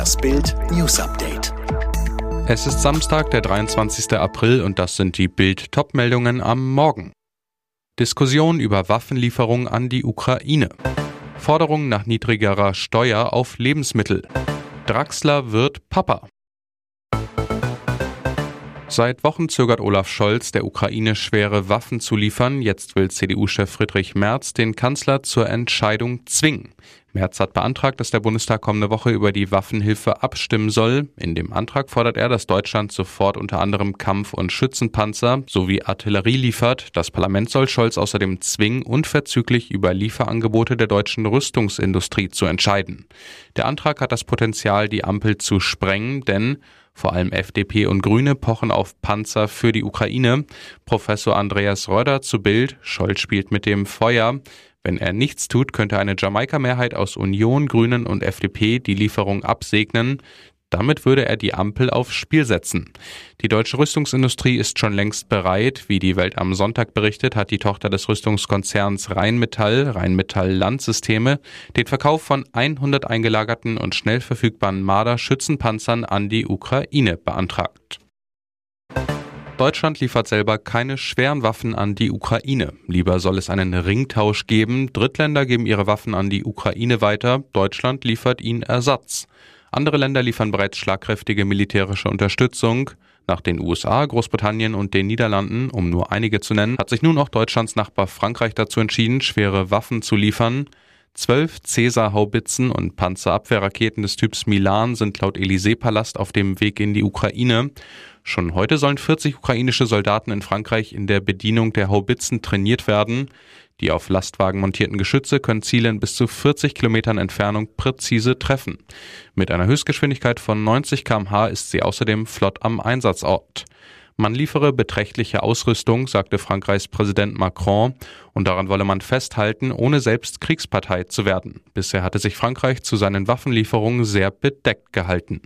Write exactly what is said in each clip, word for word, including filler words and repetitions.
Das Bild News Update. Es ist Samstag, der dreiundzwanzigster April und das sind die Bild-Top-Meldungen am Morgen. Diskussion über Waffenlieferung an die Ukraine. Forderung nach niedrigerer Steuer auf Lebensmittel. Draxler wird Papa. Seit Wochen zögert Olaf Scholz, der Ukraine schwere Waffen zu liefern. Jetzt will C D U-Chef Friedrich Merz den Kanzler zur Entscheidung zwingen. Merz hat beantragt, dass der Bundestag kommende Woche über die Waffenhilfe abstimmen soll. In dem Antrag fordert er, dass Deutschland sofort unter anderem Kampf- und Schützenpanzer sowie Artillerie liefert. Das Parlament soll Scholz außerdem zwingen, unverzüglich über Lieferangebote der deutschen Rüstungsindustrie zu entscheiden. Der Antrag hat das Potenzial, die Ampel zu sprengen, denn vor allem F D P und Grüne pochen auf Panzer für die Ukraine. Professor Andreas Röder zu Bild: Scholz spielt mit dem Feuer. Wenn er nichts tut, könnte eine Jamaika-Mehrheit aus Union, Grünen und F D P die Lieferung absegnen. Damit würde er die Ampel aufs Spiel setzen. Die deutsche Rüstungsindustrie ist schon längst bereit. Wie die Welt am Sonntag berichtet, hat die Tochter des Rüstungskonzerns Rheinmetall, Rheinmetall Landsysteme, den Verkauf von hundert eingelagerten und schnell verfügbaren Marder-Schützenpanzern an die Ukraine beantragt. Deutschland liefert selber keine schweren Waffen an die Ukraine. Lieber soll es einen Ringtausch geben. Drittländer geben ihre Waffen an die Ukraine weiter. Deutschland liefert ihnen Ersatz. Andere Länder liefern bereits schlagkräftige militärische Unterstützung. Nach den U S A, Großbritannien und den Niederlanden, um nur einige zu nennen, hat sich nun auch Deutschlands Nachbar Frankreich dazu entschieden, schwere Waffen zu liefern. Zwölf Caesar-Haubitzen und Panzerabwehrraketen des Typs Milan sind laut Élysée-Palast auf dem Weg in die Ukraine. Schon heute sollen vierzig ukrainische Soldaten in Frankreich in der Bedienung der Haubitzen trainiert werden. Die auf Lastwagen montierten Geschütze können Ziele in bis zu vierzig Kilometern Entfernung präzise treffen. Mit einer Höchstgeschwindigkeit von neunzig Kilometer pro Stunde ist sie außerdem flott am Einsatzort. Man liefere beträchtliche Ausrüstung, sagte Frankreichs Präsident Macron, und daran wolle man festhalten, ohne selbst Kriegspartei zu werden. Bisher hatte sich Frankreich zu seinen Waffenlieferungen sehr bedeckt gehalten.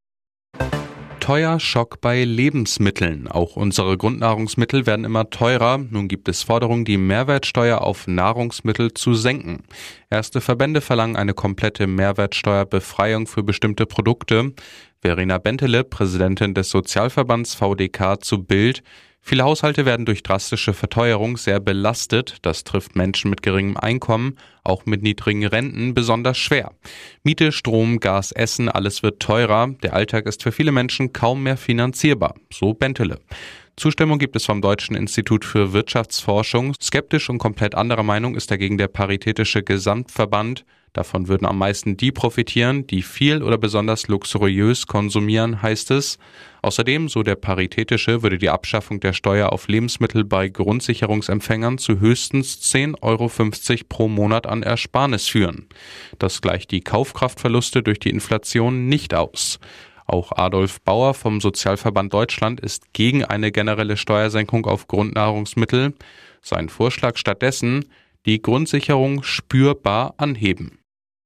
Teuer Schock bei Lebensmitteln. Auch unsere Grundnahrungsmittel werden immer teurer. Nun gibt es Forderungen, die Mehrwertsteuer auf Nahrungsmittel zu senken. Erste Verbände verlangen eine komplette Mehrwertsteuerbefreiung für bestimmte Produkte. Verena Bentele, Präsidentin des Sozialverbands V D K, zu Bild: Viele Haushalte werden durch drastische Verteuerung sehr belastet. Das trifft Menschen mit geringem Einkommen, auch mit niedrigen Renten, besonders schwer. Miete, Strom, Gas, Essen, alles wird teurer. Der Alltag ist für viele Menschen kaum mehr finanzierbar, so Bentele. Zustimmung gibt es vom Deutschen Institut für Wirtschaftsforschung. Skeptisch und komplett anderer Meinung ist dagegen der Paritätische Gesamtverband. Davon würden am meisten die profitieren, die viel oder besonders luxuriös konsumieren, heißt es. Außerdem, so der Paritätische, würde die Abschaffung der Steuer auf Lebensmittel bei Grundsicherungsempfängern zu höchstens zehn Euro fünfzig pro Monat an Ersparnis führen. Das gleicht die Kaufkraftverluste durch die Inflation nicht aus. Auch Adolf Bauer vom Sozialverband Deutschland ist gegen eine generelle Steuersenkung auf Grundnahrungsmittel. Sein Vorschlag stattdessen: die Grundsicherung spürbar anheben.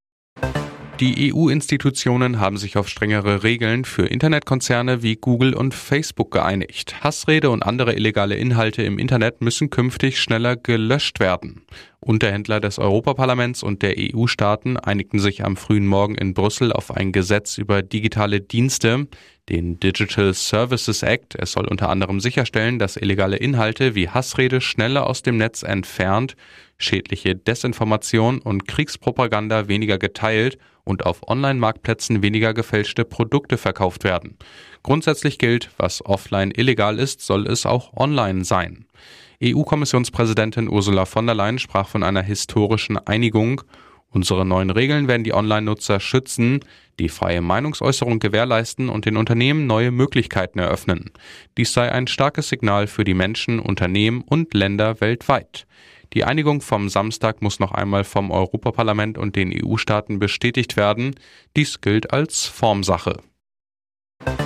Die E U-Institutionen haben sich auf strengere Regeln für Internetkonzerne wie Google und Facebook geeinigt. Hassrede und andere illegale Inhalte im Internet müssen künftig schneller gelöscht werden. Unterhändler des Europaparlaments und der E U-Staaten einigten sich am frühen Morgen in Brüssel auf ein Gesetz über digitale Dienste, den Digital Services Act. Es soll unter anderem sicherstellen, dass illegale Inhalte wie Hassrede schneller aus dem Netz entfernt, schädliche Desinformation und Kriegspropaganda weniger geteilt und auf Online-Marktplätzen weniger gefälschte Produkte verkauft werden. Grundsätzlich gilt, was offline illegal ist, soll es auch online sein. E U-Kommissionspräsidentin Ursula von der Leyen sprach von einer historischen Einigung. Unsere neuen Regeln werden die Online-Nutzer schützen, die freie Meinungsäußerung gewährleisten und den Unternehmen neue Möglichkeiten eröffnen. Dies sei ein starkes Signal für die Menschen, Unternehmen und Länder weltweit. Die Einigung vom Samstag muss noch einmal vom Europaparlament und den E U-Staaten bestätigt werden. Dies gilt als Formsache.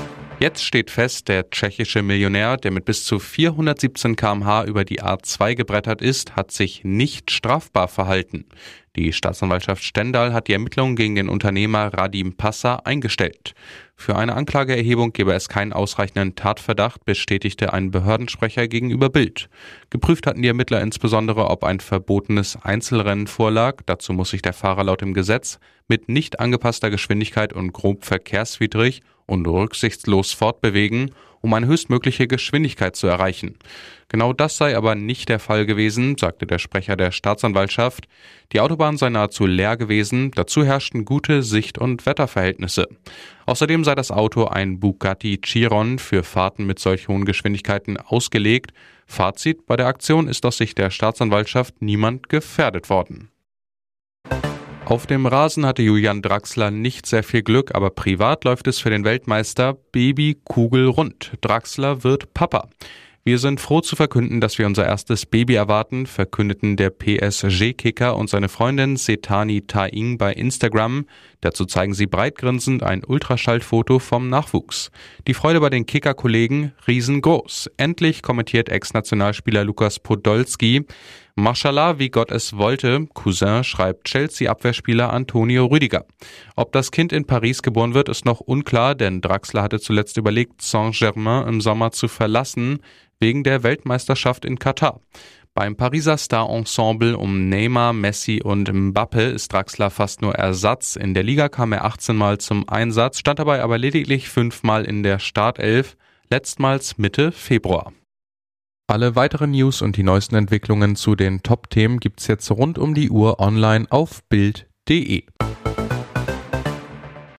Jetzt steht fest, der tschechische Millionär, der mit bis zu vierhundertsiebzehn Kilometer pro Stunde über die A zwei gebrettert ist, hat sich nicht strafbar verhalten. Die Staatsanwaltschaft Stendal hat die Ermittlungen gegen den Unternehmer Radim Passa eingestellt. Für eine Anklageerhebung gebe es keinen ausreichenden Tatverdacht, bestätigte ein Behördensprecher gegenüber Bild. Geprüft hatten die Ermittler insbesondere, ob ein verbotenes Einzelrennen vorlag. Dazu muss sich der Fahrer laut dem Gesetz mit nicht angepasster Geschwindigkeit und grob verkehrswidrig und rücksichtslos fortbewegen, um eine höchstmögliche Geschwindigkeit zu erreichen. Genau das sei aber nicht der Fall gewesen, sagte der Sprecher der Staatsanwaltschaft. Die Autobahn sei nahezu leer gewesen, dazu herrschten gute Sicht- und Wetterverhältnisse. Außerdem sei das Auto, ein Bugatti Chiron, für Fahrten mit solch hohen Geschwindigkeiten ausgelegt. Fazit: Bei der Aktion ist aus Sicht der Staatsanwaltschaft niemand gefährdet worden. Auf dem Rasen hatte Julian Draxler nicht sehr viel Glück, aber privat läuft es für den Weltmeister Baby kugelrund. Draxler wird Papa. Wir sind froh zu verkünden, dass wir unser erstes Baby erwarten, verkündeten der P S G-Kicker und seine Freundin Setani Taing bei Instagram. Dazu zeigen sie breitgrinsend ein Ultraschallfoto vom Nachwuchs. Die Freude bei den Kicker-Kollegen riesengroß. Endlich kommentiert Ex-Nationalspieler Lukas Podolski: Mashallah, wie Gott es wollte, Cousin, schreibt Chelsea-Abwehrspieler Antonio Rüdiger. Ob das Kind in Paris geboren wird, ist noch unklar, denn Draxler hatte zuletzt überlegt, Saint-Germain im Sommer zu verlassen, wegen der Weltmeisterschaft in Katar. Beim Pariser Star-Ensemble um Neymar, Messi und Mbappe ist Draxler fast nur Ersatz. In der Liga kam er achtzehn Mal zum Einsatz, stand dabei aber lediglich fünfmal in der Startelf, letztmals Mitte Februar. Alle weiteren News und die neuesten Entwicklungen zu den Top-Themen gibt's jetzt rund um die Uhr online auf bild punkt de.